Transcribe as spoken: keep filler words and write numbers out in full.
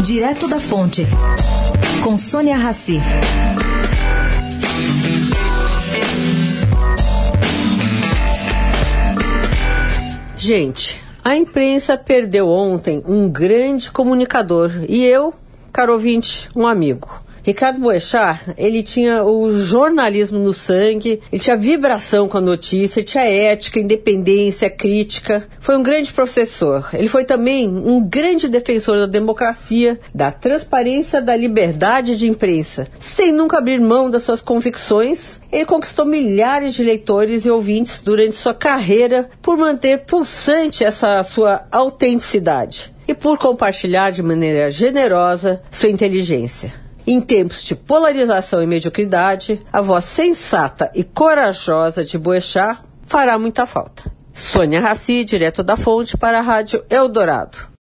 Direto da Fonte, com Sônia Rassi. Gente, a imprensa perdeu ontem um grande comunicador e eu, caro ouvinte, um amigo. Ricardo Boechat, ele tinha o jornalismo no sangue, ele tinha vibração com a notícia, ele tinha ética, independência, crítica. Foi um grande professor. Ele foi também um grande defensor da democracia, da transparência, da liberdade de imprensa. Sem nunca abrir mão das suas convicções, ele conquistou milhares de leitores e ouvintes durante sua carreira por manter pulsante essa sua autenticidade e por compartilhar de maneira generosa sua inteligência. Em tempos de polarização e mediocridade, a voz sensata e corajosa de Boechat fará muita falta. Sônia Rassi, direto da Fonte, para a Rádio Eldorado.